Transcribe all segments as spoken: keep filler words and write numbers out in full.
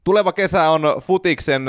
tuleva kesä on futiksen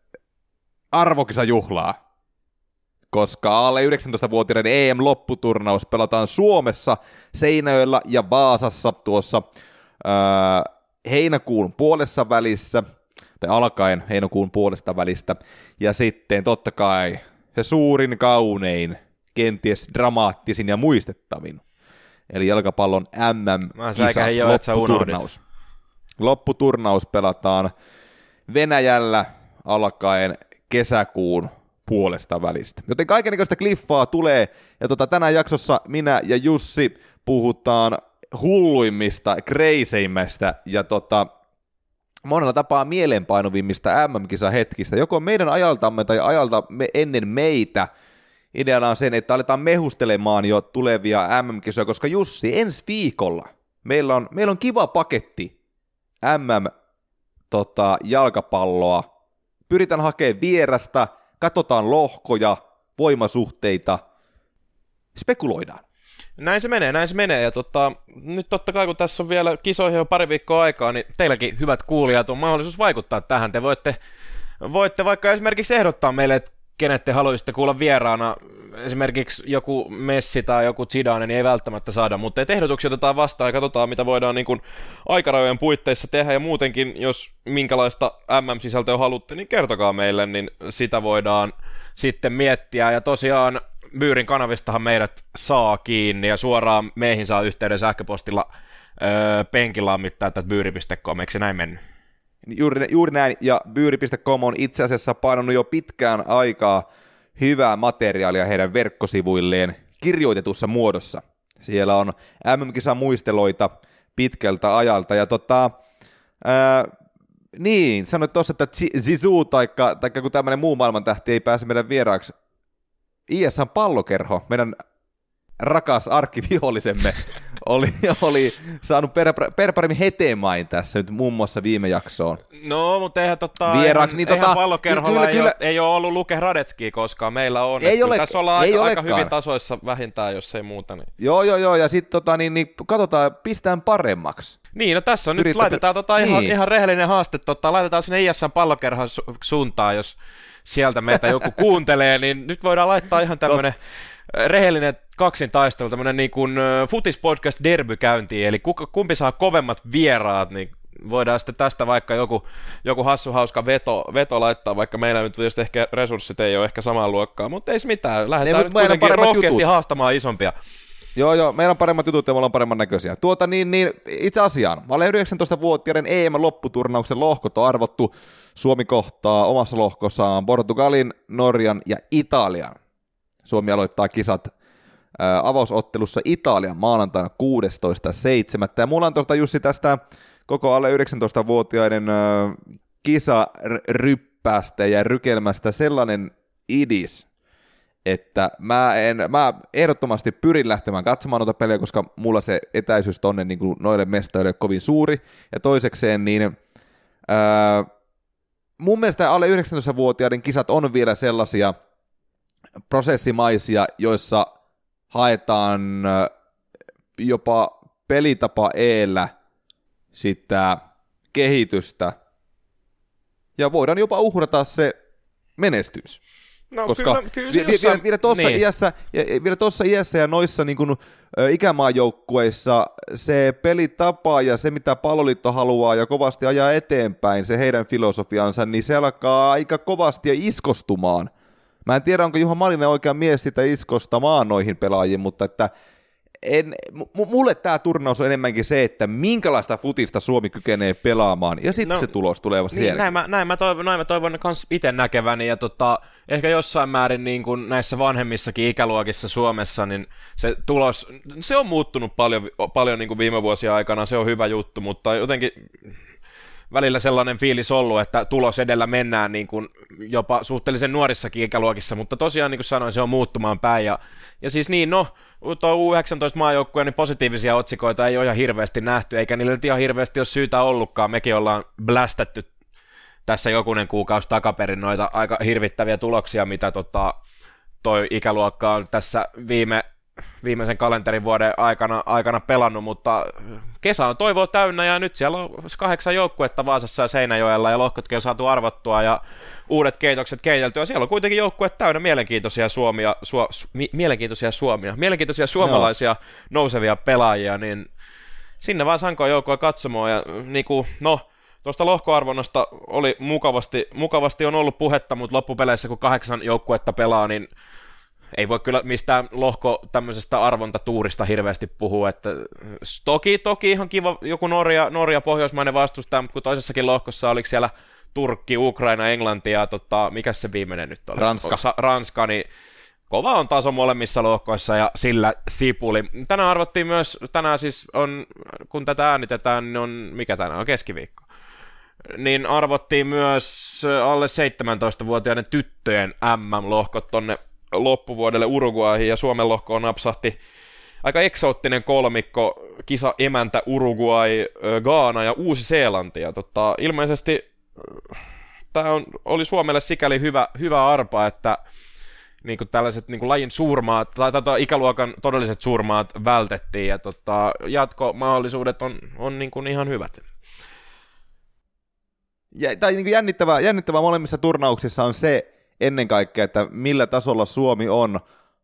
arvokisajuhlaa, koska alle yhdeksäntoistavuotiaiden E M-lopputurnaus pelataan Suomessa, Seinäjoella ja Vaasassa tuossa ää, heinäkuun puolessa välissä, tai alkaen heinäkuun puolesta välistä, ja sitten totta kai se suurin, kaunein, kenties dramaattisin ja muistettavin, eli jalkapallon M M-kisa, lopputurnaus. Lopputurnaus pelataan Venäjällä alkaen kesäkuun puolesta välistä. Joten kaikennäköistä kliffaa tulee, ja tota, tänään jaksossa minä ja Jussi puhutaan hulluimmista, kreiseimmästä ja tota, monella tapaa mieleenpainuvimmista M M-kisahetkistä, joko meidän ajaltamme tai ajalta me ennen meitä. Ideana on sen, että aletaan mehustelemaan jo tulevia M M-kisoja, koska Jussi, ensi viikolla meillä on, meillä on kiva paketti M M-jalkapalloa. Pyritään hakemaan vierasta, katsotaan lohkoja, voimasuhteita, spekuloidaan. Näin se menee, näin se menee. Ja tota, nyt totta kai, kun tässä on vielä kisoihin jo pari viikkoa aikaa, niin teilläkin hyvät kuulijat on mahdollisuus vaikuttaa tähän. Te voitte, voitte vaikka esimerkiksi ehdottaa meille, että kenet te haluaisitte kuulla vieraana. Esimerkiksi joku Messi tai joku Zidane, niin ei välttämättä saada, mutta et ehdotuksia otetaan vastaan ja katsotaan, mitä voidaan niin kuin aikarajojen puitteissa tehdä, ja muutenkin, jos minkälaista M M-sisältöä haluatte, niin kertokaa meille, niin sitä voidaan sitten miettiä. Ja tosiaan Byyrin kanavistahan meidät saa kiinni, ja suoraan meihin saa yhteyden sähköpostilla öö, penkilaamittaa, että byyri piste com, eikö se näin mennyt? Juuri, juuri näin, ja byyri piste com on itse asiassa painanut jo pitkään aikaa hyvää materiaalia heidän verkkosivuilleen kirjoitetussa muodossa. Siellä on M M-kisan muisteloita pitkältä ajalta, ja tota, ää, niin, sanoit tuossa, että Zizou taikka, taikka kun tämmöinen muu maailman tähti ei pääse meidän vieraaksi, I S A:n pallokerho, meidän rakas arkkivihollisemme, oli, oli saanut per, per paremmin hetemäin tässä nyt muun muassa viime jaksoon. No, mutta eihän, tota, Vieraaksi, eihän, niin eihän tota, pallokerholla kyllä, ei, kyllä, ole, ei ole ollut Luke Hradeckia koskaan, meillä on. Ei ole, tässä ollaan ei aika, olekaan. aika hyvin tasoissa vähintään, jos ei muuta. Niin. Joo, joo, joo, ja sitten tota, niin, niin, katsotaan, pistään paremmaksi. Niin, no tässä on Yrittä, nyt, laitetaan tota niin. ihan, ihan rehellinen haaste, tota, laitetaan sinne I S A:n pallokerhon su- suuntaan, jos sieltä meitä joku kuuntelee, niin nyt voidaan laittaa ihan tämmöinen rehellinen kaksintaistelu, tämmöinen niin kuin futispodcast derby käyntiin, eli kumpi saa kovemmat vieraat, niin voidaan sitten tästä vaikka joku, joku hassu hauska veto, veto laittaa, vaikka meillä nyt just ehkä resurssit ei ole ehkä samaa luokkaa, mutta ei se mitään, lähdetään ne, nyt kuitenkin rohkeasti jutut haastamaan isompia. Joo, joo, meillä on paremmat jutut ja me ollaan paremman näköisiä. Tuota niin, niin itse asiaan, alle yhdeksäntoistavuotiaiden E M-lopputurnauksen lohkot on arvottu. Suomi kohtaa omassa lohkossaan Portugalin, Norjan ja Italian. Suomi aloittaa kisat ää, avausottelussa Italian maanantaina kuudestoista seitsemättä Ja mulla on tuota Jussi tästä koko alle yhdeksäntoistavuotiaiden ää, kisaryppäästä ja rykelmästä sellainen idis, että mä, en, mä ehdottomasti pyrin lähtemään katsomaan noita pelejä, koska mulla se etäisyys tonne niin kuin noille mestoille on kovin suuri. Ja toisekseen, niin ää, mun mielestä alle yhdeksäntoistavuotiaiden kisat on vielä sellaisia prosessimaisia, joissa haetaan jopa pelitapa eellä sitä kehitystä, ja voidaan jopa uhrata se menestys. No, koska kyllä, kyllä vielä, jossain, vielä tuossa niin. iässä, vielä tuossa iässä ja noissa niin kuin, ö, ikämaajoukkueissa se pelitapa ja se, mitä Palloliitto haluaa ja kovasti ajaa eteenpäin, se heidän filosofiansa, niin se alkaa aika kovasti ja iskostumaan. Mä en tiedä, onko Juha Malinen oikea mies sitä iskostamaan noihin pelaajiin, mutta että en, m- mulle tämä turnaus on enemmänkin se, että minkälaista futista Suomi kykenee pelaamaan, ja sitten no, se tulos tulee vasta niin, näin, mä, näin, mä toivon, näin mä toivon kans itse näkeväni, ja tota, ehkä jossain määrin niin kuin näissä vanhemmissakin ikäluokissa Suomessa, niin se tulos, se on muuttunut paljon, paljon niin kuin viime vuosien aikana, se on hyvä juttu, mutta jotenkin välillä sellainen fiilis ollut, että tulos edellä mennään niin kuin jopa suhteellisen nuorissakin ikäluokissa, mutta tosiaan niin kuin sanoin, se on muuttumaan päin, ja, ja siis niin, no, tuo U yhdeksäntoista-maajoukkuja, niin positiivisia otsikoita ei ole ihan hirveästi nähty, eikä niillä nyt ihan hirveästi ole syytä ollutkaan, mekin ollaan blästätty tässä jokunen kuukausi takaperin noita aika hirvittäviä tuloksia, mitä tota, toi ikäluokka on tässä viime viimeisen kalenterivuoden aikana, aikana pelannut, mutta kesä on toivoa täynnä ja nyt siellä on kahdeksan joukkuetta Vaasassa ja Seinäjoella ja lohkotkin on saatu arvottua ja uudet keitokset keiteltyä. Siellä on kuitenkin joukkue täynnä mielenkiintoisia Suomia, su, su, mi, mielenkiintoisia Suomia, mielenkiintoisia suomalaisia no. nousevia pelaajia, niin sinne vaan sankoon joukkoa katsomaan ja niin kuin, no tuosta lohkoarvonnasta oli mukavasti, mukavasti on ollut puhetta, mutta loppupeleissä kun kahdeksan joukkuetta pelaa, niin ei voi kyllä mistään lohko tämmöisestä arvontatuurista hirveästi puhua, että toki, toki ihan kiva joku Norja, Norja pohjoismainen vastustaja, mutta kun toisessakin lohkossa oliko siellä Turkki, Ukraina, Englanti ja tota, mikä se viimeinen nyt oli? Ranska. Sa- Ranska, niin kova on taso molemmissa lohkoissa ja sillä sipuli. Tänään arvottiin myös, tänään siis on, kun tätä äänitetään, niin on, mikä tänään on, keskiviikko. Niin arvottiin myös alle seitsemäntoistavuotiaiden tyttöjen M M-lohkot tonne loppuvuodelle Uruguayhin ja Suomen lohkoon napsahti aika eksoottinen kolmikko, kisa emäntä Uruguay, Ghana ja Uusi-Seelanti. Ja tota, ilmeisesti tämä oli Suomelle sikäli hyvä, hyvä arpa, että niinku tällaiset niinku lajin suurmaat, tai tota, ikäluokan todelliset suurmaat vältettiin, ja tota, jatkomahdollisuudet on, on niinku ihan hyvät. Ja, tai niinku jännittävää, jännittävää molemmissa turnauksissa on se, ennen kaikkea, että millä tasolla Suomi on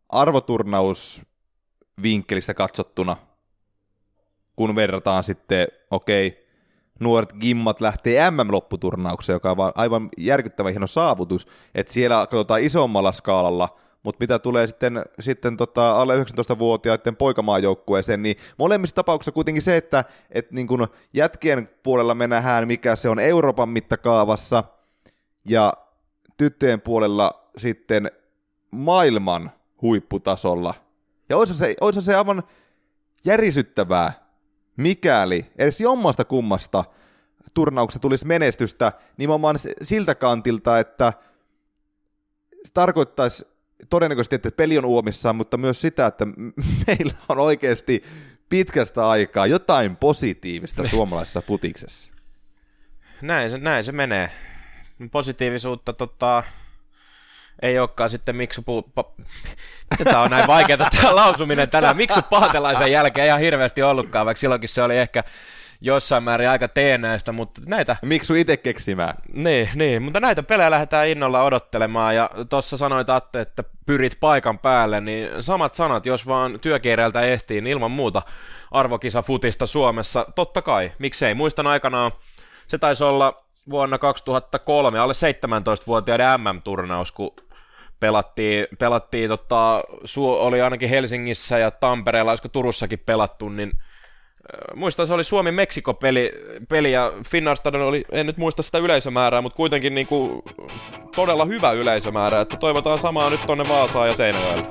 arvoturnausvinkkelistä katsottuna, kun verrataan sitten, okei, okay, nuoret gimmat lähtee M M-lopputurnaukseen, joka on aivan järkyttävän hieno saavutus, että siellä katsotaan isommalla skaalalla, mutta mitä tulee sitten, sitten tota alle yhdeksäntoistavuotiaiden poikamaajoukkueeseen, niin molemmissa tapauksissa kuitenkin se, että et niin kun jätkien puolella me nähdään, mikä se on Euroopan mittakaavassa, ja tyttöjen puolella sitten maailman huipputasolla. Ja olisi se, olisi se aivan järisyttävää, mikäli edes jommasta kummasta turnauksessa tulisi menestystä nimenomaan siltä kantilta, että se tarkoittaisi todennäköisesti, että peli on uomissaan, mutta myös sitä, että meillä on oikeasti pitkästä aikaa jotain positiivista suomalaisessa futiksessa. Näin se, näin se menee. Positiivisuutta tota, ei olekaan sitten Miksu puu... Pa- Tämä on näin vaikeaa tämä lausuminen tänään. Miksu Paatelaisen jälkeen ei ihan hirveästi ollutkaan, vaikka silloinkin se oli ehkä jossain määrin aika teenäistä, mutta näitä... Miksu itse keksimään. Niin, niin, mutta näitä pelejä lähdetään innolla odottelemaan, ja tuossa sanoit Atte, että pyrit paikan päälle, niin samat sanat, jos vaan työkiireeltä ehtii, niin ilman muuta arvokisafutista Suomessa, totta kai, miksei. Muistan aikanaan, se taisi olla vuonna kaksituhattakolme alle seitsemäntoistavuotiaiden M M-turnaus, kun pelattiin, pelattiin tota, oli ainakin Helsingissä ja Tampereella, olisiko Turussakin pelattu, niin muistan, se oli Suomi-Meksiko-peli, peli ja Finnarstadion oli, en nyt muista sitä yleisömäärää, mutta kuitenkin niinku todella hyvä yleisömäärä, että toivotaan samaa nyt tonne Vaasaan ja Seinäjoelle.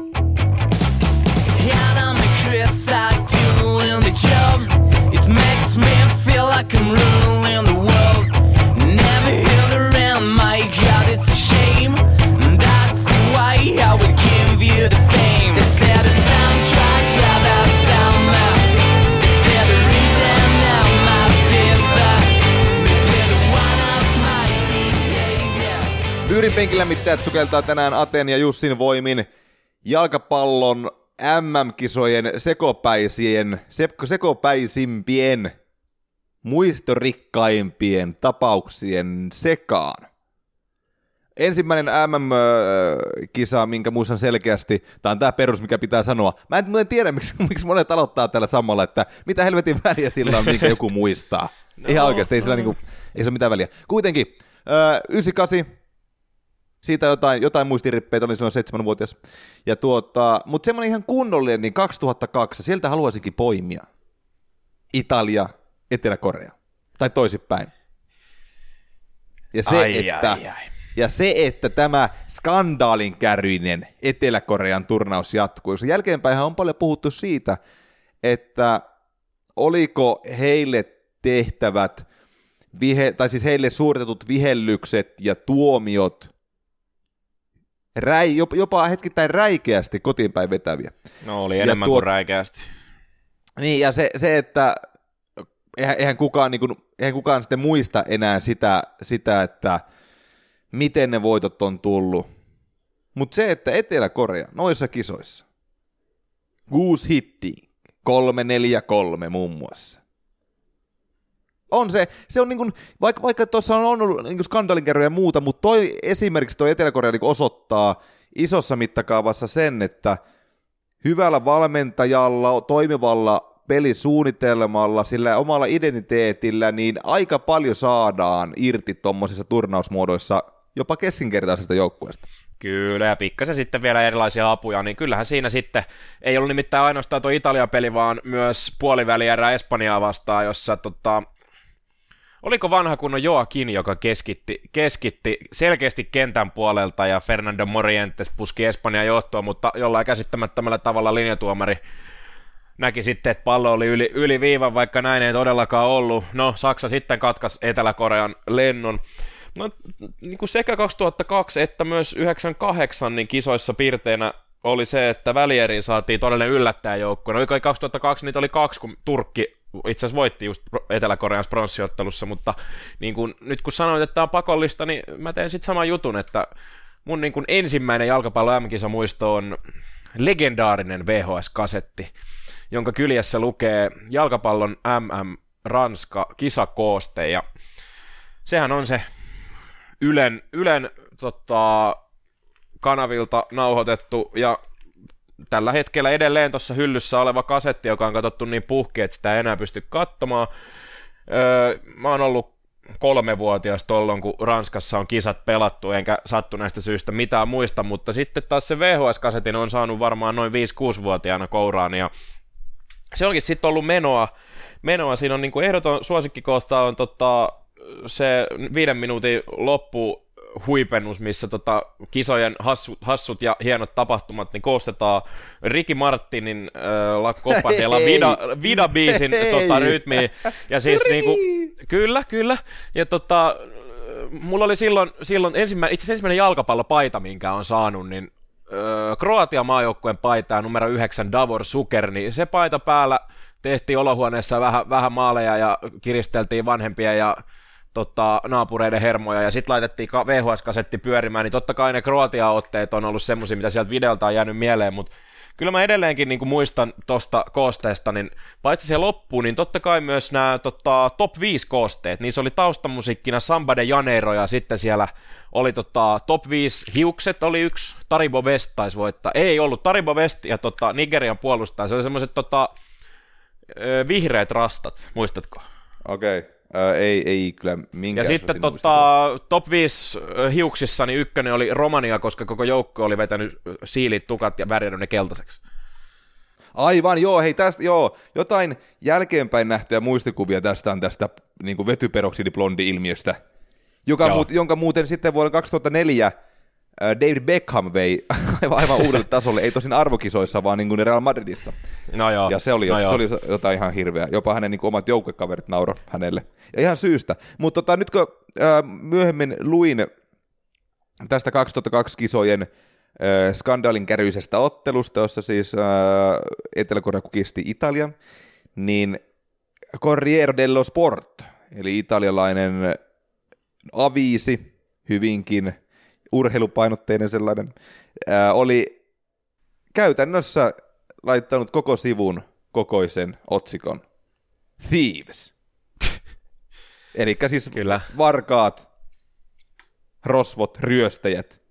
Pyyrin penkilämmittäjät sukeltaa tänään Aten ja Jussin voimin jalkapallon M M-kisojen sekopäisien, seko, sekopäisimpien, muistorikkaimpien tapauksien sekaan. Ensimmäinen M M-kisa, minkä muistan selkeästi, tämä on tämä perus, mikä pitää sanoa. Mä en muuten tiedä, miksi, miksi monet aloittaa tällä samalla, että mitä helvetin väliä sillä on, minkä joku muistaa. No, ihan oikeasti, ei, sillä niinku, ei se ole mitään väliä. Kuitenkin, yhdeksänkymmentäkahdeksan, siitä jotain, jotain muistirippeitä, oli silloin seitsemänvuotias. Ja tuota, mutta semmoinen ihan kunnollinen, niin kaksituhattakaksi, sieltä haluaisinkin poimia Italia, Etelä-Korea. Tai toisinpäin. Ja se, ai, että, ai, ai. ja se, että tämä skandaalin kärryinen Etelä-Korean turnaus jatkuu. Koska jälkeenpäinhän on paljon puhuttu siitä, että oliko heille tehtävät, vihe, tai siis heille suoritetut vihellykset ja tuomiot Räi, jopa hetkittäin räikeästi kotiinpäin vetäviä. No oli enemmän tuo, kuin räikeästi. Niin, ja se, se että eihän, eihän, kukaan, niin kuin, eihän kukaan sitten muista enää sitä, sitä, että miten ne voitot on tullut. Mutta se, että Etelä-Korea noissa kisoissa kuusi hittiä, kolme neljä kolme muun muassa. On se, se on niin kuin, vaikka, vaikka tuossa on ollut niin skandaalinkerroja ja muuta, mutta toi esimerkiksi toi Etelä-Korea niin osoittaa isossa mittakaavassa sen, että hyvällä valmentajalla, toimivalla pelisuunnitelmalla, sillä omalla identiteetillä, niin aika paljon saadaan irti tuommoisissa turnausmuodoissa jopa keskinkertaisesta joukkueesta. Kyllä, ja pikkasen sitten vielä erilaisia apuja, niin kyllähän siinä sitten ei ollut nimittäin ainoastaan tuo Italia-peli, vaan myös puolivälierä Espanjaa vastaan, jossa tota, oliko vanha kunnon Joaquin, joka keskitti, keskitti selkeästi kentän puolelta, ja Fernando Morientes puski Espanjan johtoa, mutta jollain käsittämättömällä tavalla linjatuomari näki sitten, että pallo oli yli, yli viivan, vaikka näin ei todellakaan ollut. No, Saksa sitten katkaisi Etelä-Korean lennon. No, niin kuin sekä kaksituhattakaksi että myös yhdeksänkymmentäkahdeksan niin kisoissa piirteinä oli se, että välieriin saatiin todellinen yllättäjäjoukko. No, kaksituhattakaksi niitä oli kaksi, kun Turkki itse asiassa voitti just Etelä-Korean pronssiottelussa, mutta niin kun, nyt kun sanoit, että tämä on pakollista, niin mä teen sitten saman jutun, että mun niin kun ensimmäinen jalkapallo M M-kisamuisto on legendaarinen V H S-kasetti, jonka kyljessä lukee jalkapallon M M Ranska kisakooste, ja sehän on se Ylen, Ylen tota, kanavilta nauhoitettu ja tällä hetkellä edelleen tuossa hyllyssä oleva kasetti, joka on katsottu niin puhki, että sitä ei enää pysty katsomaan. Öö, mä oon ollut kolmevuotias tollon, kun Ranskassa on kisat pelattu, enkä sattuneesta syystä mitään muista, mutta sitten taas se V H S-kasetin on saanut varmaan noin viisi-kuusi-vuotiaana kouraan, ja se onkin sitten ollut menoa. menoa. Siinä on niin kuin ehdoton suosikkikohta on tota, se viiden minuutin loppu huipennus, missä tota, kisojen hassut, hassut ja hienot tapahtumat niin koostetaan Ricky Martinin äh, La Copa de la Vida, Vida-biisin tota, rytmiin. Ja siis niinku, kyllä, kyllä. Ja tota, mulla oli silloin, silloin ensimmäinen, itse asiassa ensimmäinen jalkapallopaita, minkä on saanut, niin äh, Kroatian maajoukkueen paita ja numero yhdeksän Davor Suker, niin se paita päällä tehtiin olohuoneessa vähän, vähän maaleja ja kiristeltiin vanhempia ja Tota, naapureiden hermoja, ja sitten laitettiin V H S-kasetti pyörimään, niin totta kai ne Kroatia-otteet on ollut semmoisia, mitä sieltä videolta on jäänyt mieleen, mutta kyllä mä edelleenkin niin muistan tosta koosteesta, niin paitsi se loppuun, niin totta kai myös nämä tota, top viisi koosteet, niissä oli taustamusiikkina Samba de Janeiro, ja sitten siellä oli tota, top viisi hiukset, oli yksi, Taribo West taisi voittaa, ei ollut, Taribo West ja tota, Nigerian puolustaja, se oli semmoiset tota, vihreät rastat, muistatko? Okei. Okay. Ää, ei, ei kyllä minkään. Ja sitten tota, top viisi hiuksissa niin ykkönen oli Romania, koska koko joukko oli vetänyt siilit, tukat ja värjännyt ne keltaiseksi. Aivan, joo, hei tästä, joo, jotain jälkeenpäin nähtyjä muistikuvia tästä on tästä niin kuin vetyperoksidiblondi-ilmiöstä, joka muut, jonka muuten sitten vuonna kaksituhattaneljä David Beckham vei aivan uudelle tasolle, ei tosin arvokisoissa, vaan niin kuin Real Madridissa. No joo. Ja se oli, no se joo. oli jotain ihan hirveää. Jopa hänen niin kuin omat joukkuekaverit nauroi hänelle. Ja ihan syystä. Mutta tota, nyt kun äh, myöhemmin luin tästä kaksituhattakaksi kisojen äh, skandaalin käryisestä ottelusta, jossa siis äh, Etelä-Korea kukisti Italian, niin Corriere dello Sport, eli italialainen aviisi, hyvinkin urheilupainotteinen sellainen, ää, oli käytännössä laittanut koko sivun kokoisen otsikon Thieves. Eli siis Kyllä. varkaat, rosvot, ryöstäjät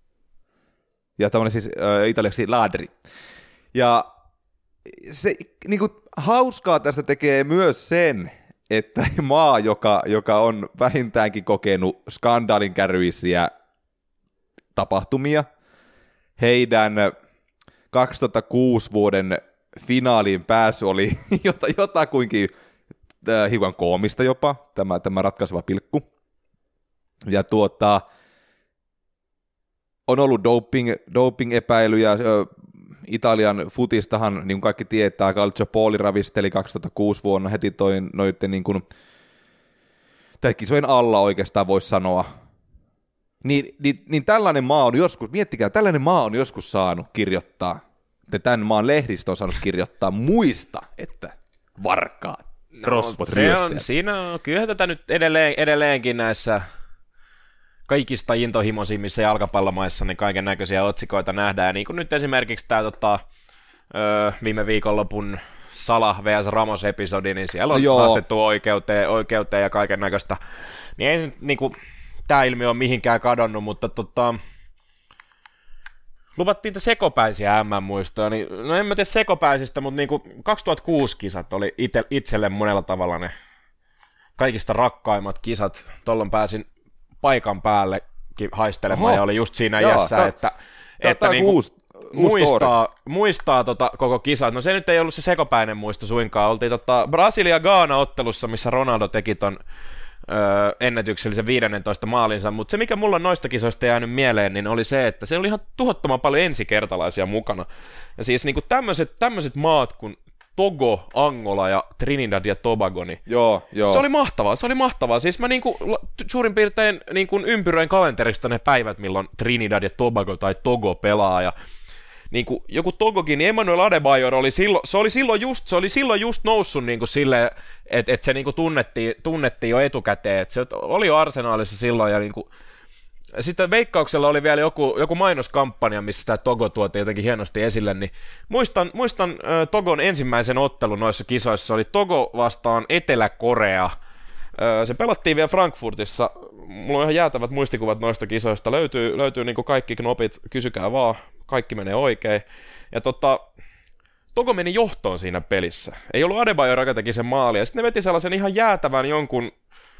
ja tämmöinen siis ää, italiaksi ladri. Ja se niinku, hauskaa tästä tekee myös sen, että maa, joka, joka on vähintäänkin kokenut skandaalin kärryisiä tapahtumia. Heidän kaksituhattakuusi vuoden finaaliin pääsy oli jota, jotakuinkin äh, hiukan koomista jopa, tämä, tämä ratkaiseva pilkku. Ja tuota, on ollut doping, doping-epäilyjä. Äh, Italian futistahan, niin kuin kaikki tietää, Calciopoli ravisteli kaksituhattakuusi vuonna heti toin, noiden niin kuin, tai kisojen alla oikeastaan voisi sanoa. Niin, niin, niin tällainen maa on joskus, miettikää, tällainen maa on joskus saanut kirjoittaa, että tämän maan lehdistö on saanut kirjoittaa muista, että varkaat, no, rosvot, ryöstäjät. Siinä on, kyllähän tätä nyt edelleen, edelleenkin näissä kaikista intohimoisimmissa jalkapallomaissa niin kaiken näköisiä otsikoita nähdään. Ja niin kuin nyt esimerkiksi tämä tota, öö, viime viikonlopun Salah versus Ramos-episodi, niin siellä on Joo. haastettu oikeuteen, oikeuteen ja kaiken näköistä. Niin ei se niinku, tämä ilmiö ole mihinkään kadonnut, mutta tota, luvattiin niitä sekopäisiä M M-muistoja, niin no en mä tiedä sekopäisistä, mutta niinku kaksituhattakuusi kisat oli ite, itselle monella tavalla ne kaikista rakkaimmat kisat. Tuolloin pääsin paikan päällekin haistelemaan. Oho. Ja oli just siinä iässä, että, että niinku uusi, muistaa, muistaa tota koko kisat. No se nyt ei ollut se sekopäinen muisto suinkaan. Oltiin tota Brasilia-Gaana-ottelussa, missä Ronaldo teki ton öö, ennätyksellisen viidennentoista maalinsa, mutta se mikä mulla on noista kisoista jäänyt mieleen, niin oli se, että se oli ihan tuhottoman paljon ensikertalaisia mukana. Ja siis niinku tämmöiset, tämmöiset maat kuin Togo, Angola ja Trinidad ja Tobago, niin joo, joo. se oli mahtavaa, se oli mahtavaa. Siis mä niinku, suurin piirtein niinku ympyröin kalenterista ne päivät, milloin Trinidad ja Tobago tai Togo pelaa, ja niinku, joku Togokin, niin Emmanuel Adebayor oli silloin, se oli silloin just, se oli silloin just noussut niinku silleen, että et se niinku tunnettiin, tunnettiin jo etukäteen, että se oli jo Arsenalissa silloin, ja niinku, sitten Veikkauksella oli vielä joku, joku mainoskampanja, missä tämä Togo tuotiin jotenkin hienosti esille, niin muistan, muistan äh, Togon ensimmäisen ottelun noissa kisoissa, se oli Togo vastaan Etelä-Korea. Äh, se pelattiin vielä Frankfurtissa, mulla on ihan jäätävät muistikuvat noista kisoista, löytyy, löytyy niin kuin kaikki knopit, kysykää vaan, kaikki menee oikein. Ja tota, Togo meni johtoon siinä pelissä, ei ollut Adebayor, joka teki sen maali, ja sitten ne veti sellaisen ihan jäätävän jonkun,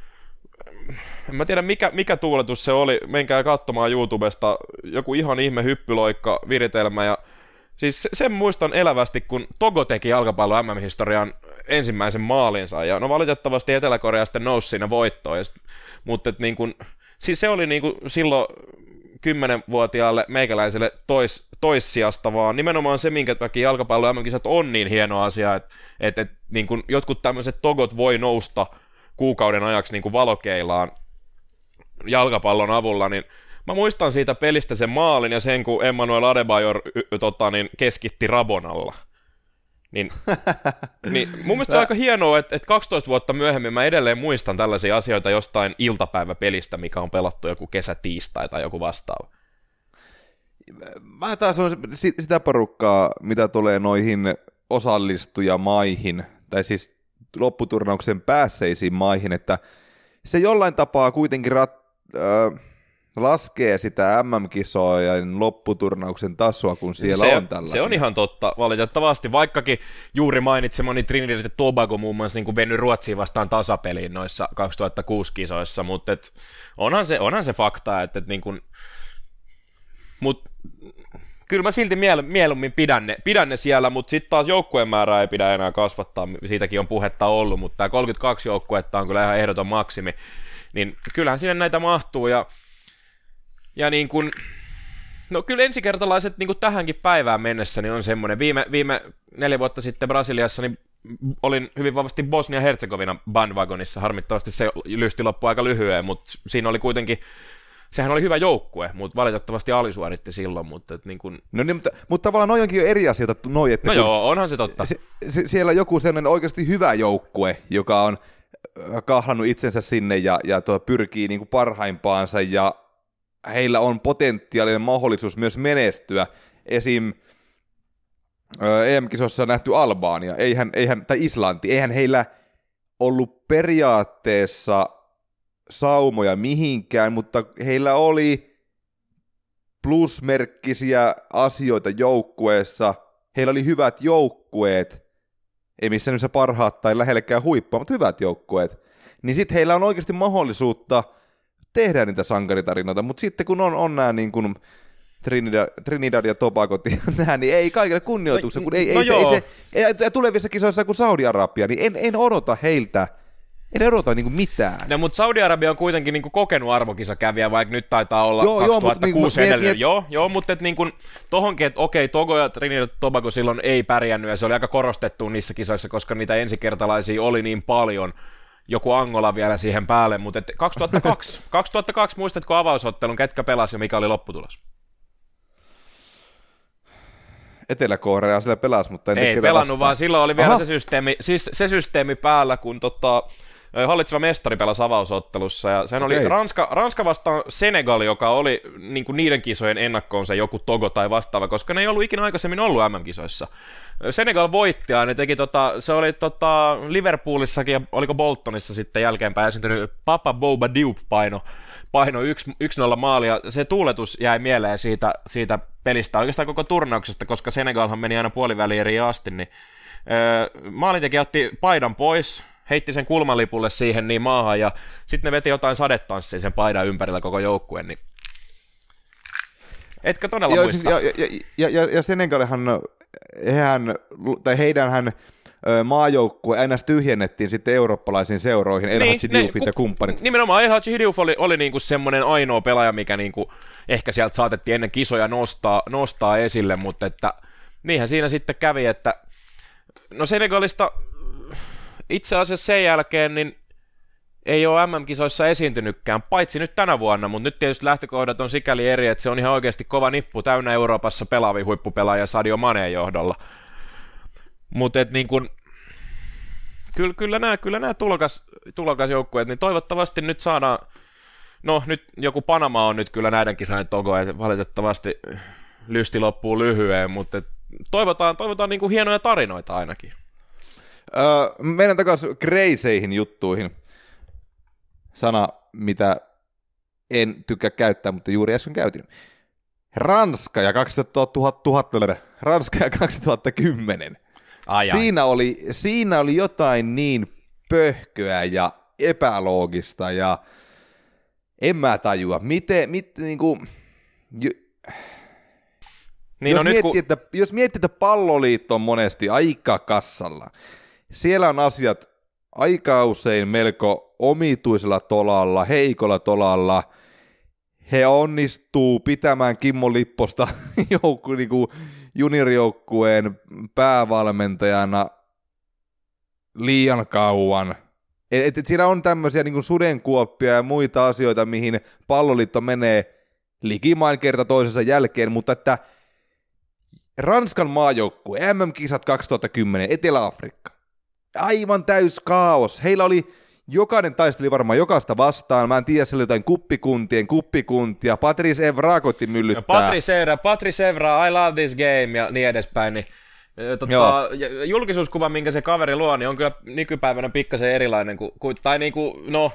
en mä tiedä mikä, mikä tuuletus se oli, menkää katsomaan YouTubesta, joku ihan ihme hyppyloikka, viritelmä, ja siis sen muistan elävästi, kun Togo teki jalkapallon M M-historian ensimmäisen maalinsa, ja no valitettavasti Etelä-Korea sitten nousi siinä voittoon, sit, mutta et niin kun, siis se oli niin kun silloin kymmenvuotiaalle meikäläiselle tois, toissijasta, vaan nimenomaan se, minkä takia jalkapallon M M-kisat on niin hieno asia, että et, et, niin kun jotkut tämmöiset Togot voi nousta kuukauden ajaksi niin kuin valokeilaan jalkapallon avulla, niin mä muistan siitä pelistä sen maalin ja sen, kun Emmanuel Adebayor y- tota, niin keskitti Rabonalla. Niin, niin mun mielestä se on aika hienoa, että, että kaksitoista vuotta myöhemmin mä edelleen muistan tällaisia asioita jostain iltapäiväpelistä, mikä on pelattu joku kesätiistai tai joku vastaava. Mä taas on sitä porukkaa, mitä tulee noihin osallistujamaihin, tai siis lopputurnauksen päässeisiin maihin, että se jollain tapaa kuitenkin rat, äh, laskee sitä M M-kisojen lopputurnauksen tasoa, kun siellä se, on tällaisia. Se on ihan totta, valitettavasti, vaikkakin juuri mainitsemani Trinidad ja Tobago muun muassa niin veny Ruotsiin vastaan tasapeliin noissa kaksituhattakuusi kisoissa, mutta et, onhan, se, onhan se fakta, että et, niin kuin, mut, kyllä mä silti miel, mieluummin pidän ne, pidän ne siellä, mutta sitten taas joukkueen määrää ei pidä enää kasvattaa, siitäkin on puhetta ollut, mutta tämä kolmekymmentäkaksi joukkuetta on kyllä ihan ehdoton maksimi, niin kyllähän sinne näitä mahtuu, ja, ja niin kuin, no kyllä ensikertalaiset niin kuin tähänkin päivään mennessä niin on semmoinen, viime, viime neljä vuotta sitten Brasiliassa niin olin hyvin vahvasti Bosnia-Herzegovinan bandwagonissa, harmittavasti se lysti loppui aika lyhyen, mutta siinä oli kuitenkin, sehän oli hyvä joukkue, mutta valitettavasti alisuoritti silloin, mutta et niin kun... No niin, mutta, mutta tavallaan noi onkin jo eri asioita, noi, että no joo, onhan se totta. Se, se, siellä on joku sellainen oikeasti hyvä joukkue, joka on kahlannut itsensä sinne ja, ja tuo pyrkii niin kuin parhaimpaansa, ja heillä on potentiaalinen mahdollisuus myös menestyä. Esim. E M-kisossa nähty Albania, eihän, eihän, tai Islanti, eihän heillä ollut periaatteessa saumoja mihinkään, mutta heillä oli plusmerkkisiä asioita joukkueessa, heillä oli hyvät joukkueet, ei missään nimessä parhaat tai lähellekään huippua, mutta hyvät joukkueet, niin sitten heillä on oikeasti mahdollisuutta tehdä niitä sankaritarinoita, mutta sitten kun on, on nämä niin kuin Trinidad, Trinidad ja Tobagot ja nämä, niin ei kaikille kunnioituksen, kun ei, no ei, se, ei se, ja tulevissa kisoissa kuin Saudi-Arabia, niin en, en odota heiltä, en odota niinku mitään. No, mutta Saudi-Arabia on kuitenkin niinku kokenut arvokisakävijä, vaikka nyt taitaa olla joo, kaksituhattakuusi joo, edellinen. Miet, joo, joo, mutta et niinku, tohonkin, että okei, Togo ja Trinidad Tobago silloin ei pärjännyt, ja se oli aika korostettu niissä kisoissa, koska niitä ensikertalaisia oli niin paljon, joku Angola vielä siihen päälle, mutta et kaksituhattakaksi, kaksituhattakaksi muistatko avausottelun, ketkä pelasi ja mikä oli lopputulos? Etelä-Korea siellä pelasi, mutta en ei pelannut, vastaan. Vaan silloin oli vielä se systeemi, siis se systeemi päällä, kun tota, hallitseva mestari pelasi avausottelussa, ja sen oli okay. Ranska, Ranska vastaan Senegal, joka oli niin kuin niiden kisojen ennakkoon se joku Togo tai vastaava, koska ne ei ollut ikinä aikaisemmin ollut M M-kisoissa. Senegal voitti, ja ne teki tota, se oli tota Liverpoolissakin, ja oliko Boltonissa sitten jälkeenpäin esiintynyt Papa Boba Diop paino, paino yksi nolla maalia. Se tuuletus jäi mieleen siitä, siitä pelistä, oikeastaan koko turnauksesta, koska Senegalhan meni aina puolivälieriin asti, niin öö, maalintekijä otti paidan pois, heitti sen kulmalipulle siihen niin maahan, ja sitten ne veti jotain sadetanssia sen paidan ympärillä koko joukkueen, niin etkö todella Joo, muista? Siis, ja, ja, ja, ja Senegalihan, hehän, tai heidänhän maajoukkue aina tyhjennettiin sitten eurooppalaisiin seuroihin, El Hadji niin, Dioufit ja kumppanit. Nimenomaan El Hadji Diouf oli, oli niinku semmoinen ainoa pelaaja, mikä niinku ehkä sieltä saatettiin ennen kisoja nostaa, nostaa esille, mutta että niinhän siinä sitten kävi, että no Senegalista itse asiassa sen jälkeen niin ei ole M M-kisoissa esiintynytkään, paitsi nyt tänä vuonna, mutta nyt tietysti lähtökohdat on sikäli eri, että se on ihan oikeasti kova nippu täynnä Euroopassa pelaavia huippupelaajia Sadio Maneen johdolla. Mutta niin kun, kyllä, kyllä nämä, kyllä nämä tulokas, tulokasjoukkueet, niin toivottavasti nyt saadaan, no nyt joku Panama on nyt kyllä näiden kisojen Togo, että valitettavasti lysti loppuu lyhyen, mutta toivotaan, toivotaan niin kuin hienoja tarinoita ainakin. Öö, mennään takaisin kreiseihin juttuihin. Sana, mitä en tykkää käyttää, mutta juuri äsken käytin. Ranska ja kaksituhatta, Ranska ja kaksituhattakymmenen. Ai siinä, oli, siinä oli jotain niin pöhköä ja epäloogista ja en mä tajua. Miten, miten niinku, jo, niin jos, no miettii, kun... että, jos miettii, että palloliitto on monesti aika kassalla, siellä on asiat aika usein melko omituisella tolalla, heikolla tolalla. He onnistuu pitämään Kimmo Lipposta joukku, niin kuin juniorijoukkueen päävalmentajana liian kauan. Et, et siellä on tämmöisiä niin kuin sudenkuoppia ja muita asioita, mihin palloliitto menee likimain kerta toisensa jälkeen, mutta että Ranskan maajoukkue, M M-kisat kaksituhattakymmenen, Etelä-Afrikka, aivan täys kaos. Heillä oli, jokainen taisteli varmaan jokaista vastaan, mä en tiedä, siellä jotain kuppikuntien kuppikuntia, Patrice Evra koitti myllyttää. Patrice Evra, Patrice Evra, I love this game ja niin edespäin, niin tota, julkisuuskuva, minkä se kaveri luo, niin on kyllä nykypäivänä pikkasen erilainen, kuin, kuin, tai niin kuin, no,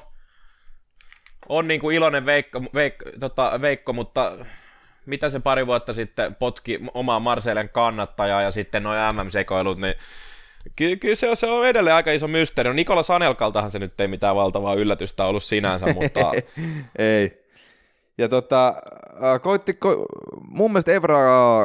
on niin kuin iloinen Veikko, Veikko, tota, Veikko, mutta mitä se pari vuotta sitten potki omaa Marseillen kannattajaa ja sitten nuo M M-sekoilut, niin Ky- kyllä se on, se on edelleen aika iso mysteeri. No Nikola Sanelkaltahan se nyt ei mitään valtavaa yllätystä ollut sinänsä, mutta... ei. Ja tota, koitti, ko- mun mielestä Evra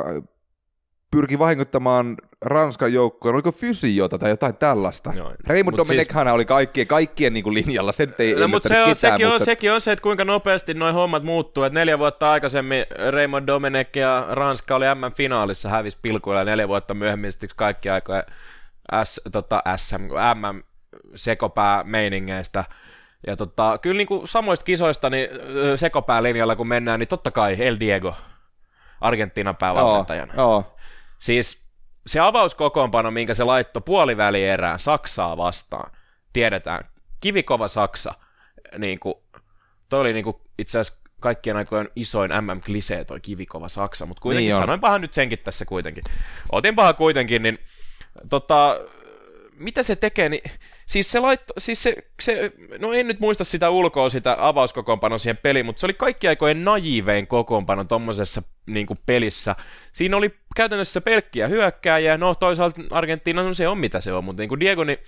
pyrki vahingoittamaan Ranskan joukkoon, oliko fysiota tai jotain tällaista. No, Raymond Domenechhan siis... oli kaikkien, kaikkien niin kuin linjalla, sen ei no, mutta se on, ketään. Sekin, mutta... on, sekin on se, että kuinka nopeasti nuo hommat muuttuu. Että neljä vuotta aikaisemmin Raymond Domenech ja Ranska oli M M-finaalissa, hävisi pilkuilla, neljä vuotta myöhemmin sitten kaikki aikoja S, tota, S M, M M-sekopää-meiningeistä. Ja tota, kyllä niin kuin samoista kisoista niin sekopäälinjalla kun mennään, niin totta kai El Diego, Argentiinan päävalmentajana. Joo, joo. Siis se avauskokoonpano, minkä se laittoi puolivälierään Saksaa vastaan, tiedetään, kivikova Saksa, niin kuin, toi oli niin kuin itse asiassa kaikkien aikojen isoin M M-klisee toi kivikova Saksa, mutta kuitenkin niin sanoinpahan nyt senkin tässä kuitenkin. Otinpahan kuitenkin, niin tota, mitä se tekee, niin siis se laitto, siis se, se, no en nyt muista sitä ulkoa, sitä avauskokoonpanoa siihen peliin, mutta se oli kaikki aikojen najivein kokoonpano tommosessa niin kuin pelissä. Siinä oli käytännössä pelkkiä hyökkääjiä, no toisaalta Argentiina, no se on mitä se on, mutta niin kuin Diego, niin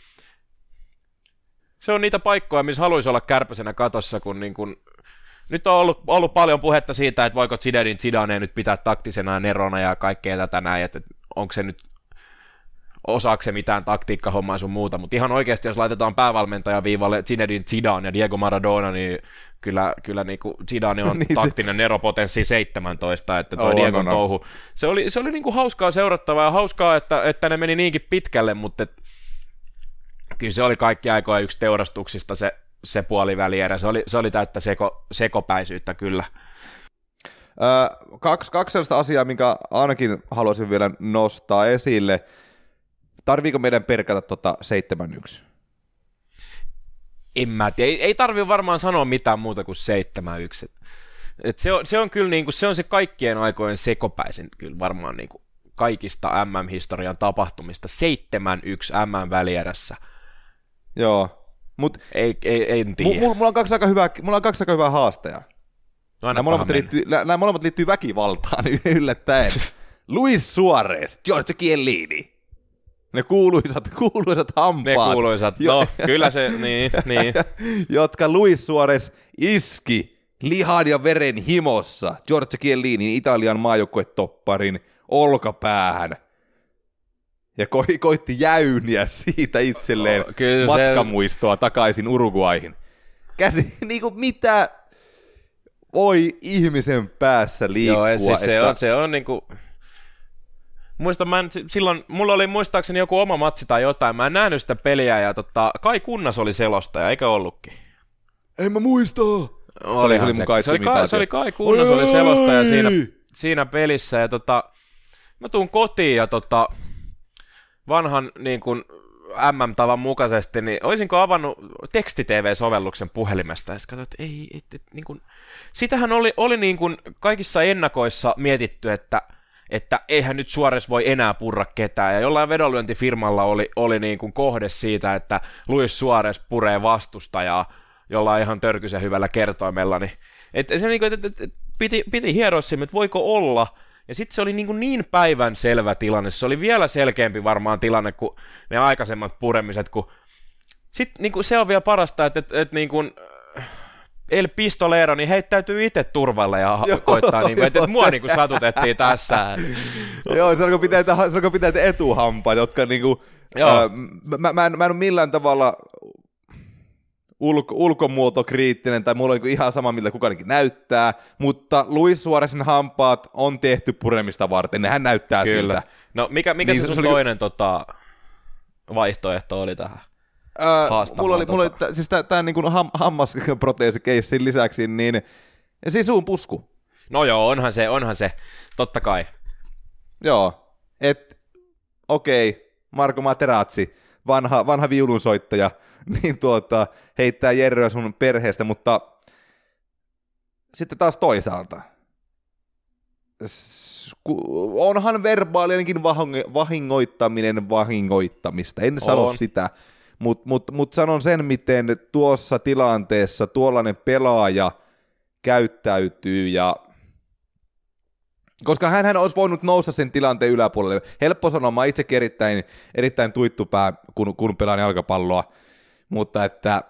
se on niitä paikkoja, missä haluaisi olla kärpäsenä katossa, kun niin kuin, nyt on ollut, ollut paljon puhetta siitä, että voiko Zinedine Zidane nyt pitää taktisena nerona ja kaikkea tätä näin, että onko se nyt osaako se mitään taktiikkahommaa sun muuta, mutta ihan oikeasti, jos laitetaan päävalmentajan viivalle Zinedine Zidane ja Diego Maradona, niin kyllä, kyllä niin kuin Zidane on niin taktinen se... neropotenssi seitsemäntoista, että tuo Diegon no, no. touhu. Se oli, se oli niin kuin hauskaa seurattavaa ja hauskaa, että, että ne meni niinkin pitkälle, mutta et, kyllä se oli kaikki aikoja yksi teurastuksista se, se puolivälierä. Se oli, se oli täyttä seko, sekopäisyyttä kyllä. Öö, kaksi, kaksi sellaista asiaa, minkä ainakin haluaisin vielä nostaa esille. Tarviiko meidän perkata tota seitsemän yksi? en mä tiedä, ei, ei tarvitse varmaan sanoa mitään muuta kuin seitsemän yksi. Et, et se, on, se on kyllä niinku, se on se kaikkien aikojen sekopäisin kyllä varmaan niinku kaikista M M-historian tapahtumista. seitsemän yksi M M-välierässä. Joo, mut ei, ei, en tiedä. Mulla, mulla on kaksi aika hyvää, mulla on kaksi aika hyvää haastajaa. No, nämä, molemmat liittyy, nämä molemmat liittyy väkivaltaan yllättäen. Luis Suarez, Giorgio Chiellini. Ne kuuluisat, kuuluisat hampaat. Ne kuuluisat, no kyllä se, niin, niin. Jotka Luis Suarez iski lihan ja veren himossa Giorgio Chiellinin Italian maajoukkuetopparin olkapäähän. Ja ko- koitti jäyniä siitä itselleen oh, matkamuistoa se... takaisin Uruguayhin. Käsi, niinku mitä voi ihmisen päässä liikkua. Joo, siis että... se on, se on niinku... Muistan, mä en, silloin, mulla oli muistaakseni joku oma matsi tai jotain, mä en nähnyt sitä peliä ja tota, Kai Kunnas oli selostaja, eikö ollutkin? En mä muista. Olihan se, oli se, se, oli Kai, se oli Kai Kunnas, oi, oli selostaja siinä, siinä pelissä ja tota, mä tuun kotiin ja tota, vanhan niin kuin M M-tavan mukaisesti, niin olisinko avannut teksti-T V-sovelluksen puhelimesta ja sitten katsoin, että ei, et, et, niin kuin, sitähän oli, oli niin kuin kaikissa ennakoissa mietitty, että että eihän nyt Suarez voi enää purra ketään, ja jollain vedonlyöntifirmalla oli, oli niin kuin kohde siitä, että Luis Suarez puree vastustajaa jollain ihan törkyisen hyvällä kertoimella, niin et, se niin kuin, et, et, et, piti, piti hieroa siinä, että voiko olla, ja sitten se oli niin, kuin niin päivän selvä tilanne, se oli vielä selkeämpi varmaan tilanne kuin ne aikaisemmat puremiset, kun sitten niin kuin se on vielä parasta, että et, et, niin kuin El Pistolero, niin heittäytyy itse turvalle ja joo, koittaa, niin kuin, että et mua niin kuin satutettiin tässä. Joo, se alkoi pitää, se alkoi pitää etuhampaat, jotka niin kuin, äh, mä, mä, en, mä en ole millään tavalla ulko, ulkomuotokriittinen, tai mulla on niin ihan sama, miltä kukaan näyttää, mutta Luis Suarezin hampaat on tehty puremista varten, nehän näyttää kyllä siltä. No mikä, mikä niin, se sun se toinen oli... tota, vaihtoehto oli tähän? Öö, mulla oli, mulla oli t- siis tämän niin ham, hammasproteesikeissin lisäksi, niin sisuun pusku. No joo, onhan se, onhan se, totta kai. Joo, et okei, okay, Marco Materazzi, vanha, vanha viulunsoittaja, niin tuota, heittää jerryä sun perheestä, mutta sitten taas toisaalta. Onhan verbaalinenkin vahingoittaminen vahingoittamista, en sano on. sitä. Mutta mut, mut sanon sen, miten tuossa tilanteessa tuollainen pelaaja käyttäytyy, ja koska hänhän olisi voinut nousta sen tilanteen yläpuolelle. Helppo sanoa, mä itsekin erittäin, erittäin tuittupää, kun, kun pelaan jalkapalloa, mutta että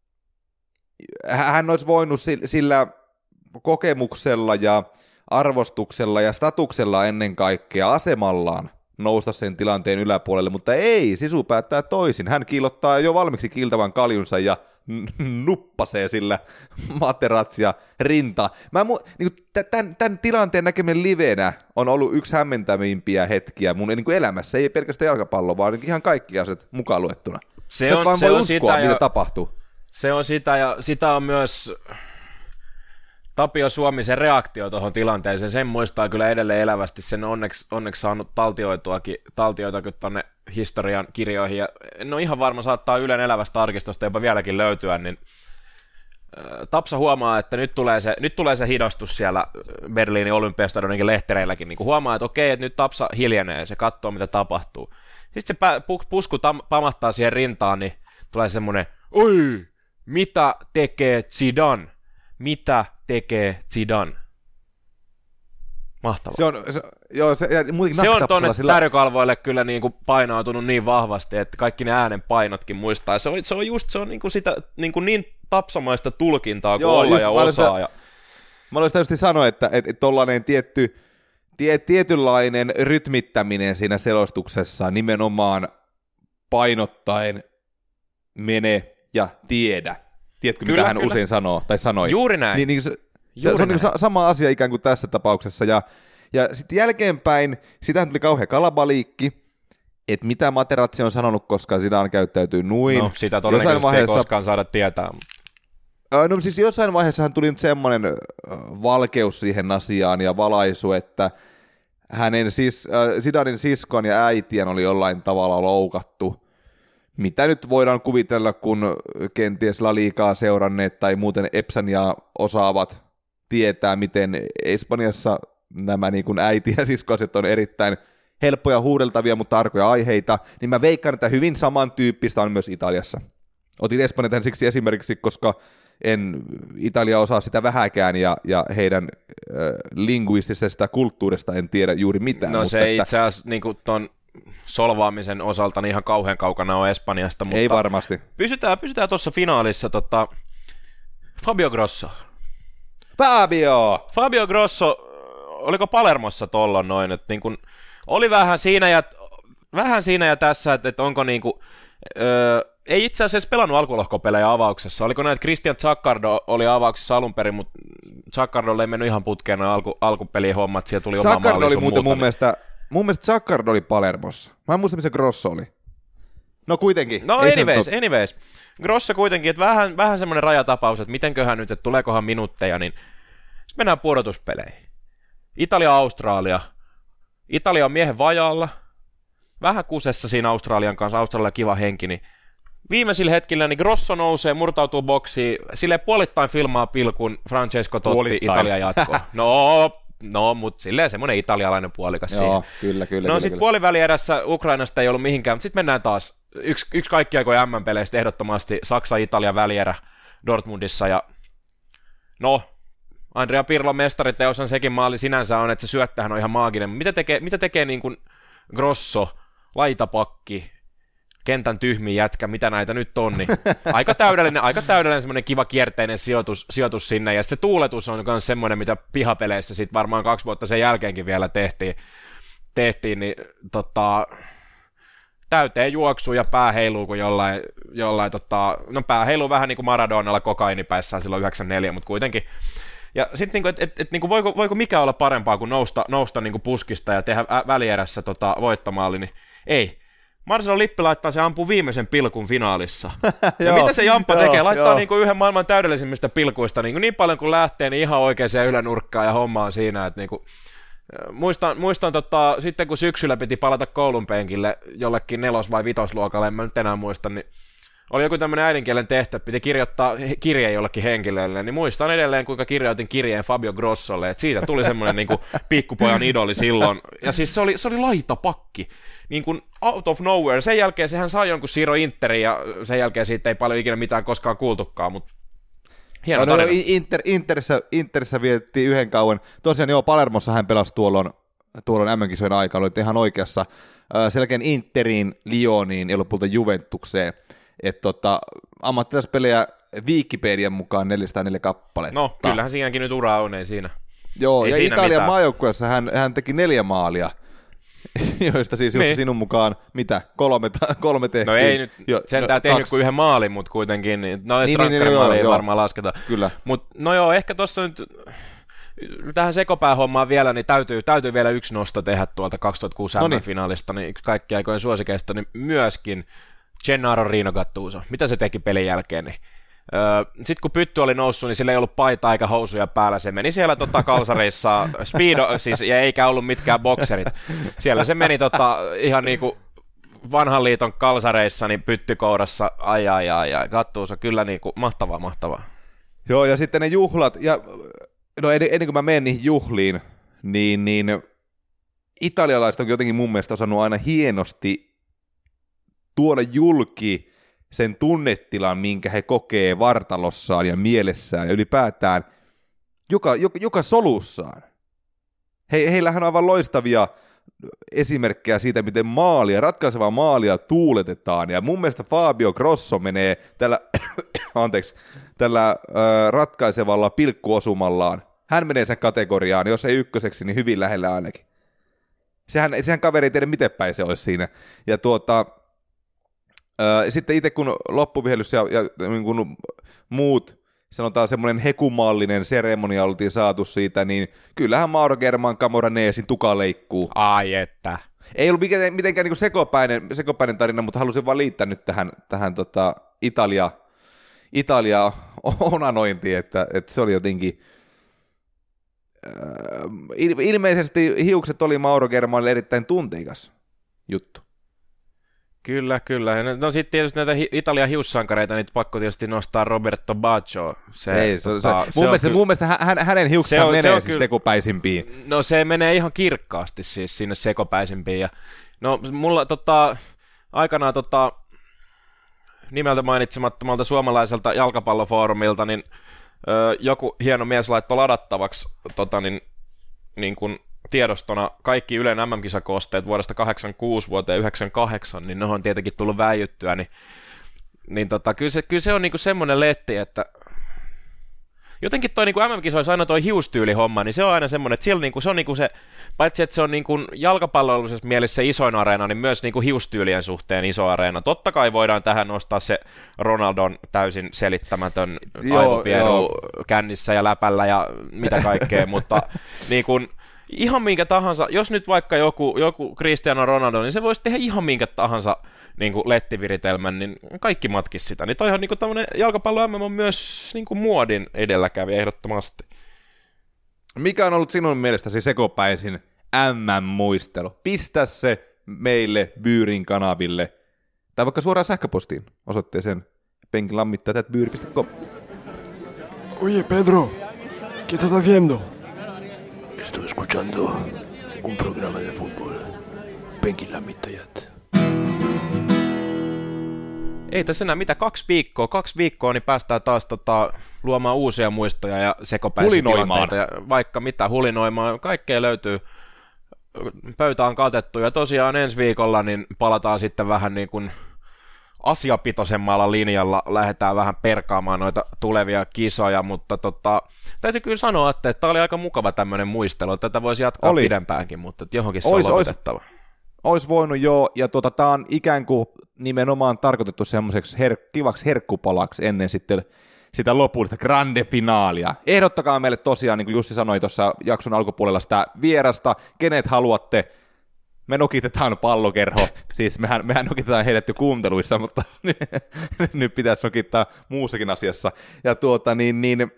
hän olisi voinut sillä kokemuksella ja arvostuksella ja statuksella ennen kaikkea asemallaan nousta sen tilanteen yläpuolelle, mutta ei, Sisu päättää toisin. Hän kiillottaa jo valmiiksi kiiltävän kaljunsa ja n- nuppasee sillä Materazia rintaa. Mä mu- niin tämän, tämän tilanteen näkeminen livenä on ollut yksi hämmentävimpiä hetkiä mun niin elämässä, ei pelkästään jalkapallo, vaan ihan kaikki asiat mukaan luettuna. Se on, vaan se voi on uskoa, sitä mitä ja, tapahtuu. Se on sitä, ja sitä on myös Tapio Suomisen reaktio tuohon tilanteeseen, sen muistaa kyllä edelleen elävästi, sen onneksi, onneksi saanut taltioituakin, taltioitakin tuonne historian kirjoihin, ja en ole ihan varma, saattaa Ylen elävästä arkistosta jopa vieläkin löytyä, niin Tapsa huomaa, että nyt tulee se, nyt tulee se hidastus siellä Berliinin olympiastadioninkin lehtereilläkin, niin huomaa, että okei, että nyt Tapsa hiljenee, se katsoo, mitä tapahtuu. Sitten se pusku tam- pamahtaa siihen rintaan, niin tulee semmoinen, oi, mitä tekee Zidane? Mitä tekee Zidane? Mahtavaa. Se on, se, joo, se, ja se on tuonne sillä... tärjökalvoille kyllä niin kuin painautunut niin vahvasti, että kaikki ne äänen painotkin muistaa. Se on, se on just se on niin kuin sitä niin, kuin niin tapsamaista tulkintaa kuin joo, olla ja osaa. Sitä, ja... Mä olisin tietysti sanoa, että tuollainen et, et tietty, tie, tietynlainen rytmittäminen siinä selostuksessa nimenomaan painottaen mene ja tiedä. Tiedätkö, kyllä, mitä hän kyllä. usein sanoo, tai sanoi? Juuri näin. Niin, niin se, Juuri se on näin. Niin sama asia ikään kuin tässä tapauksessa. Ja, ja sitten jälkeenpäin, sitähän tuli kauhean kalabaliikki, että mitä Materazzi on sanonut, koska Zidane käyttäytyy nuin. No, sitä todennäköisesti vaiheessa, ei koskaan saada tietää. No siis jossain vaiheessa hän tuli nyt semmoinen valkeus siihen asiaan ja valaisu, että hänen sis, äh, Zidanen siskon ja äitien oli jollain tavalla loukattu mitä nyt voidaan kuvitella, kun kenties La Ligaa seuranneet tai muuten Epsania osaavat tietää, miten Espanjassa nämä niin kuin äiti- ja siskoasiat on erittäin helppoja huudeltavia, mutta arkoja aiheita, niin mä veikkaan, että hyvin samantyyppistä on myös Italiassa. Otin Espanjan tähän siksi esimerkiksi, koska en Italia osaa sitä vähäkään, ja, ja heidän äh, linguistisesta kulttuurista en tiedä juuri mitään. No mutta se että, itse asiassa niin tuon solvaamisen osalta niin ihan kauhean kaukana on Espanjasta, mutta ei varmasti. Pysytään, pysytään tuossa finaalissa tota, Fabio Grosso. Fabio! Fabio Grosso, oliko Palermossa tollon noin, että niin kun, oli vähän siinä ja, vähän siinä ja tässä, että, että onko niin kuin, öö, ei itse asiassa pelannut alkulohkopelejä avauksessa, oliko näin, että Christian Zaccardo oli avauksessa alun perin, mutta Zaccardolle ei mennyt ihan putkeen alku, alkupelien hommat, siellä tuli oma Zaccardo oli muuten muuta, mun niin... mielestä, mun mielestä Zaccardo oli Palermossa, mä en muista missä Grosso oli. No kuitenkin. No anyways, to... anyways. Grosso kuitenkin, että vähän, vähän semmoinen rajatapaus, että mitenköhän nyt, että tuleekohan minuutteja, niin sitten mennään pudotuspeleihin. Italia-Australia. Italia on miehen vajaalla, vähän kusessa siinä Australian kanssa, Australia kiva henki, niin viimeisillä hetkillä niin Grosso nousee, murtautuu boksiin, silleen puolittain filmaa pilkun Francesco Totti puolittain. Italia jatkoa. No, no mutta silleen semmoinen italialainen puolikas Joo, siihen. kyllä, kyllä. No sitten puoliväli edessä Ukrainasta ei ollut mihinkään, mutta sitten mennään taas yksi, yksi kaikki aikoja M M-peleistä ehdottomasti Saksa-Italia välierä Dortmundissa ja no, Andrea Pirlo mestariteos on sekin maali sinänsä on, että se syöttähän on ihan maaginen. Mitä tekee, mitä tekee niin kuin Grosso, laitapakki, kentän tyhmi jätkä, mitä näitä nyt on, niin aika täydellinen, aika täydellinen semmoinen kiva kierteinen sijoitus, sijoitus sinne, ja sitten se tuuletus on myös semmoinen, mitä pihapeleissä sitten varmaan kaksi vuotta sen jälkeenkin vielä tehtiin, tehtiin niin tota, täyteen juoksuu ja pää heiluu kuin jollain, jollain tota, no pää heiluu vähän niin kuin Maradonalla kokainipäissään silloin yhdeksänkymmentäneljä, mutta kuitenkin. Ja sitten, niinku, että et, et, niinku, voiko, voiko mikä olla parempaa kuin nousta, nousta niinku puskista ja tehdä ä, välierässä tota, voittomaali, niin ei. Marcelo Lippi laittaa se ampuu viimeisen pilkun finaalissa. Ja mitä se Jamppa tekee? Laittaa niinku yhden maailman täydellisimmistä pilkuista niinku niin paljon kuin lähtee, niin ihan oikeaan ylänurkkaan ja homma on siinä. Että niinku, muistan, muistan tota, sitten kun syksyllä piti palata koulun penkille jollekin nelos- vai vitosluokalle, en mä nyt enää muista, niin oli joku tämmöinen äidinkielen tehtävä, piti kirjoittaa kirje jollekin henkilölle, niin muistan edelleen, kuinka kirjoitin kirjeen Fabio Grossolle, että siitä tuli semmoinen niin kuin pikkupojan idoli silloin, ja siis se oli, se oli laitapakki, niin kuin out of nowhere, sen jälkeen sehän sai jonkun siirro Interiin, ja sen jälkeen siitä ei paljon ikinä mitään koskaan kuultukaan, mutta hieno no, tarina. No, Inter, Interissä, Interissä vietettiin yhden kauan, tosiaan joo, Palermossa hän pelasi tuolloin, tuolloin M M-kisojen aikaa, oli ihan oikeassa, sen jälkeen Interiin, Lyoniin ja lopulta Juventukseen. Että tota, ammattilaispelejä Wikipedian mukaan neljäsataaneljä kappaletta. No, kyllähän siinäkin nyt ura on, ei siinä. Joo, ei ja siinä Italian mitään. maajoukkueessa hän, hän teki neljä maalia, joista siis niin. Sinun mukaan, mitä, kolme, kolme tehtiin. No ei nyt jo, sentään no, tehnyt kaksi. kuin yhden maalin, mutta kuitenkin, niin, no niin, Strankkarin niin, maali joo, ei joo. varmaan lasketa. Kyllä. Mutta no joo, ehkä tuossa nyt tähän sekopäähommaan vielä, niin täytyy, täytyy vielä yksi nosto tehdä tuolta kaksituhattakuusi M M-finaalista, niin yksi kaikki aikojen suosikeista, niin myöskin Gennaro Rino Gattuso. Mitä se teki pelin jälkeen? Niin, öö, sitten kun pytty oli noussut, niin sillä ei ollut paita eikä housuja päällä. Se meni siellä tota, kalsareissa, speedo, siis, ja eikä ollut mitkään bokserit. Siellä se meni tota, ihan niinku vanhan liiton kalsareissa, niin pyttykourassa, ai ai ai, ai. Gattuso, kyllä niinku, mahtavaa, mahtavaa. Joo, ja sitten ne juhlat, ja no ennen, ennen kuin mä menen niihin juhliin, niin, niin italialaiset on jotenkin mun mielestä osannut aina hienosti tuoda julki sen tunnetilan, minkä he kokee vartalossaan ja mielessään ja ylipäätään joka, joka, joka solussaan. He, heillähän on aivan loistavia esimerkkejä siitä, miten maalia, ratkaisevaa maalia tuuletetaan, ja mun mielestä Fabio Grosso menee tällä, anteeksi, tällä ö, ratkaisevalla pilkkuosumallaan. Hän menee sen kategoriaan, jos ei ykköseksi, niin hyvin lähellä ainakin. Sehän, sehän kaveri ei tiedä, miten päin se olisi siinä. Ja tuota, ö, sitten itse kun loppuvihellys ja, ja niin kun muut, sanotaan semmoinen hekumallinen seremonia oltiin saatu siitä, niin kyllähän Mauro German Camoranesin tuka leikkuu. Ai että. Ei ollut mitenkään, mitenkään niin sekopäinen, sekopäinen tarina, mutta halusin vaan liittää nyt tähän, tähän tota Italia, Italia onanointiin, että, että se oli jotenkin äh, ilmeisesti hiukset oli Mauro Germanille erittäin tunteikas juttu. Kyllä, kyllä. No sitten tietysti näitä hi- Italian hiussankareita, niin pakko tietysti nostaa Roberto Baggio. Se, Ei, se, tota, se, se mun, mielestä, kyllä, mun mielestä hän, hänen hiukset menee se siis sekopäisimpiin. No se menee ihan kirkkaasti siis sinne sekopäisimpiin. Ja, no mulla tota, aikanaan tota, nimeltä mainitsemattomalta suomalaiselta jalkapallofoorumilta, niin ö, joku hieno mies laittoi ladattavaksi tota, niin, niin kuin tiedostona kaikki Ylen M M-kisakoosteet vuodesta kahdeksankymmentäkuusi vuoteen yhdeksänkymmentäkahdeksan, niin ne on tietenkin tullut väijyttyä, niin, niin tota, kyllä, se, kyllä se on niinku semmoinen letti, että jotenkin toi niinku M M-kisoissa aina toi hiustyylihomma, niin se on aina semmoinen, että siellä niinku, se on niinku se, paitsi että se on niinku jalkapallollisessa mielessä se isoin areena, niin myös niinku hiustyylien suhteen iso areena. Totta kai voidaan tähän nostaa se Ronaldon täysin selittämätön aivopieru kännissä ja läpällä ja mitä kaikkea, mutta niin kuin ihan minkä tahansa, jos nyt vaikka joku, joku Cristiano Ronaldo, niin se voisi tehdä ihan minkä tahansa niin kuin lettiviritelmän, niin kaikki matkisi sitä. Niin toihan niin tämmöinen jalkapallo M M on myös niin kuin muodin edelläkävijä ehdottomasti. Mikä on ollut sinun mielestäsi sekopäisin M M-muistelu? Pistä se meille Byyrin kanaville, tai vaikka suoraan sähköpostiin osoitteeseen penkilammittajat byyri piste com. Oye Pedro, ¿qué estás haciendo? Estoy escuchando un programa de fútbol. Penkilämmittäjät. Ei tässä enää mitä, kaksi viikkoa, kaksi viikkoa, niin päästään taas tota, luomaan uusia muistoja ja sekopäisiä tilanteita. Ja vaikka mitä hulinoimaan, kaikkea löytyy. Pöytä on katettu ja tosiaan ensi viikolla niin palataan sitten vähän niin kuin asiapitoisemmalla linjalla, lähdetään vähän perkaamaan noita tulevia kisoja, mutta tota, täytyy kyllä sanoa, että tämä oli aika mukava tämmöinen muistelu, tätä voisi jatkaa oli. pidempäänkin, mutta johonkin se ois, on lopetettava. Olisi voinut joo, ja tota, tämä on ikään kuin nimenomaan tarkoitettu semmoiseksi her- kivaksi herkkupalaksi ennen sitten sitä lopullista grande finaalia. Ehdottakaa meille tosiaan, niin kuin Jussi sanoi tuossa jakson alkupuolella, sitä vierasta, kenet haluatte. Me nokitetaan pallokerho, siis mehän, mehän nokitetaan heidät jo kuunteluissa, mutta nyt pitäisi nokittaa muussakin asiassa. Ja tuota niin, niin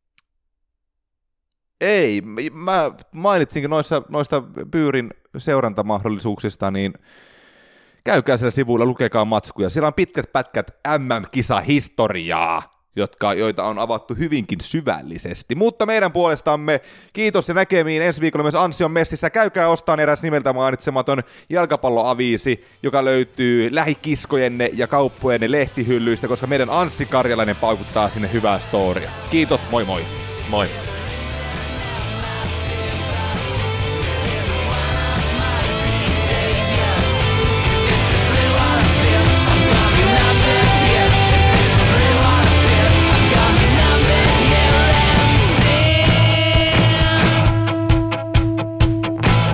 ei, mä mainitsinkin noissa, noista Byyrin seurantamahdollisuuksista, niin käykää siellä sivuilla, lukekaa matskuja. Siellä on pitkät pätkät M M-kisahistoriaa, jotka, joita on avattu hyvinkin syvällisesti. Mutta meidän puolestamme kiitos ja näkemiin ensi viikolla myös Ansion messissä. Käykää ostaan eräs nimeltä mainitsematon jalkapalloaviisi, joka löytyy lähikiskojenne ja kauppojenne lehtihyllyistä, koska meidän Anssi Karjalainen paukuttaa sinne hyvää storia. Kiitos, moi moi! Moi!